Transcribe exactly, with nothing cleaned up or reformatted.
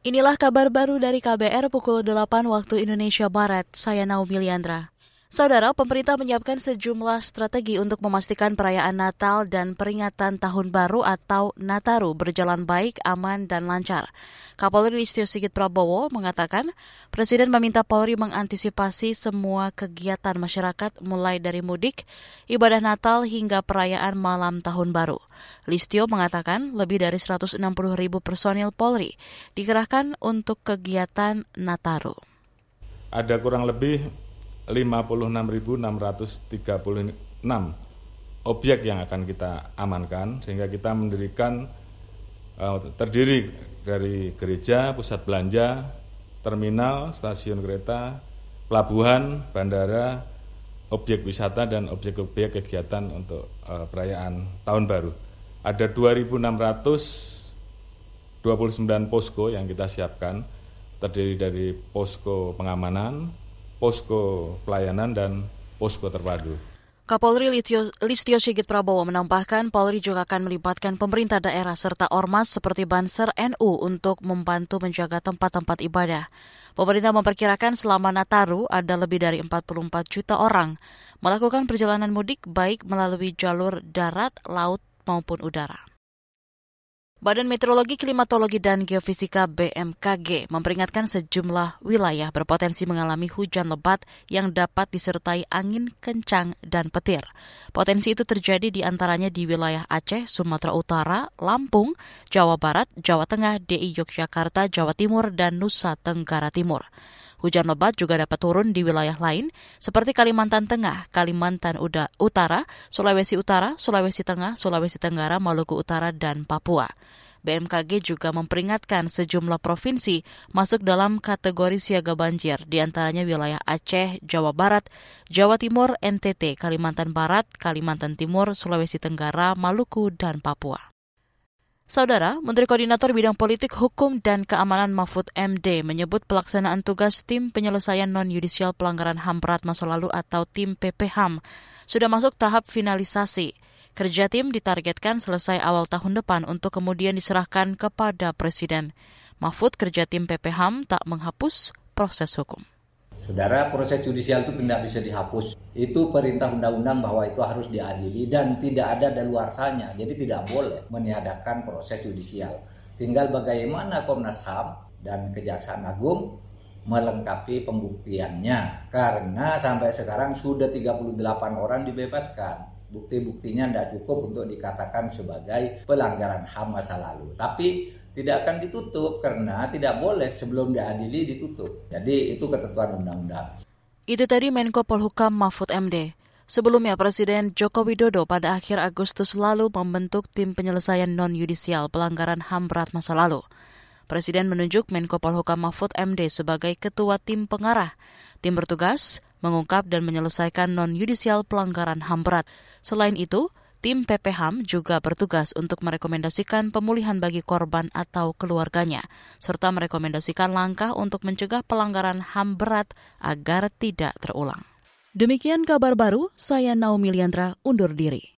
Inilah kabar baru dari K B R pukul delapan waktu Indonesia Barat. Saya Naomi Liandra. Saudara, pemerintah menyiapkan sejumlah strategi untuk memastikan perayaan Natal dan peringatan Tahun Baru atau Nataru berjalan baik, aman, dan lancar. Kapolri Listio Sigit Prabowo mengatakan, Presiden meminta Polri mengantisipasi semua kegiatan masyarakat mulai dari mudik, ibadah Natal hingga perayaan malam Tahun Baru. Listio mengatakan lebih dari seratus enam puluh ribu personil Polri dikerahkan untuk kegiatan Nataru. Ada kurang lebih lima puluh enam ribu enam ratus tiga puluh enam objek yang akan kita amankan, sehingga kita mendirikan uh, terdiri dari gereja, pusat belanja, terminal, stasiun kereta, pelabuhan, bandara, objek wisata, dan objek-objek kegiatan untuk uh, perayaan Tahun Baru. Ada dua ribu enam ratus dua puluh sembilan posko yang kita siapkan, terdiri dari posko pengamanan, posko pelayanan, dan posko terpadu. Kapolri Listio, Listio Sigit Prabowo menambahkan Polri juga akan melibatkan pemerintah daerah serta ormas seperti Banser N U untuk membantu menjaga tempat-tempat ibadah. Pemerintah memperkirakan selama Nataru ada lebih dari empat puluh empat juta orang melakukan perjalanan mudik baik melalui jalur darat, laut maupun udara. Badan Meteorologi, Klimatologi, dan Geofisika B M K G memperingatkan sejumlah wilayah berpotensi mengalami hujan lebat yang dapat disertai angin kencang dan petir. Potensi itu terjadi di antaranya di wilayah Aceh, Sumatera Utara, Lampung, Jawa Barat, Jawa Tengah, D I Yogyakarta, Jawa Timur, dan Nusa Tenggara Timur. Hujan lebat juga dapat turun di wilayah lain seperti Kalimantan Tengah, Kalimantan Utara, Sulawesi Utara, Sulawesi Tengah, Sulawesi Tenggara, Maluku Utara, dan Papua. B M K G juga memperingatkan sejumlah provinsi masuk dalam kategori siaga banjir, di antaranya wilayah Aceh, Jawa Barat, Jawa Timur, N T T, Kalimantan Barat, Kalimantan Timur, Sulawesi Tenggara, Maluku, dan Papua. Saudara, Menteri Koordinator Bidang Politik, Hukum, dan Keamanan Mahfud M D menyebut pelaksanaan tugas Tim Penyelesaian Non-Yudisial Pelanggaran H A M Berat Masa Lalu atau Tim P P H A M sudah masuk tahap finalisasi. Kerja tim ditargetkan selesai awal tahun depan untuk kemudian diserahkan kepada Presiden. Mahfud, kerja tim P P H A M tak menghapus proses hukum. Saudara, proses judisial itu tidak bisa dihapus. Itu perintah undang-undang bahwa itu harus diadili dan tidak ada daluarsanya. Jadi tidak boleh meniadakan proses judisial. Tinggal bagaimana Komnas H A M dan Kejaksaan Agung melengkapi pembuktiannya. Karena sampai sekarang sudah tiga puluh delapan orang dibebaskan. Bukti-buktinya tidak cukup untuk dikatakan sebagai pelanggaran H A M masa lalu. Tapi tidak akan ditutup karena tidak boleh sebelum diadili ditutup. Jadi itu ketentuan undang-undang. Itu tadi Menko Polhukam Mahfud M D. Sebelumnya Presiden Joko Widodo pada akhir Agustus lalu membentuk Tim Penyelesaian Non-Yudisial Pelanggaran H A M Berat Masa Lalu. Presiden menunjuk Menko Polhukam Mahfud M D sebagai ketua tim pengarah. Tim bertugas mengungkap dan menyelesaikan non-yudisial pelanggaran H A M berat. Selain itu, Tim P P H A M juga bertugas untuk merekomendasikan pemulihan bagi korban atau keluarganya, serta merekomendasikan langkah untuk mencegah pelanggaran H A M berat agar tidak terulang. Demikian kabar baru, saya Naomi Liandra undur diri.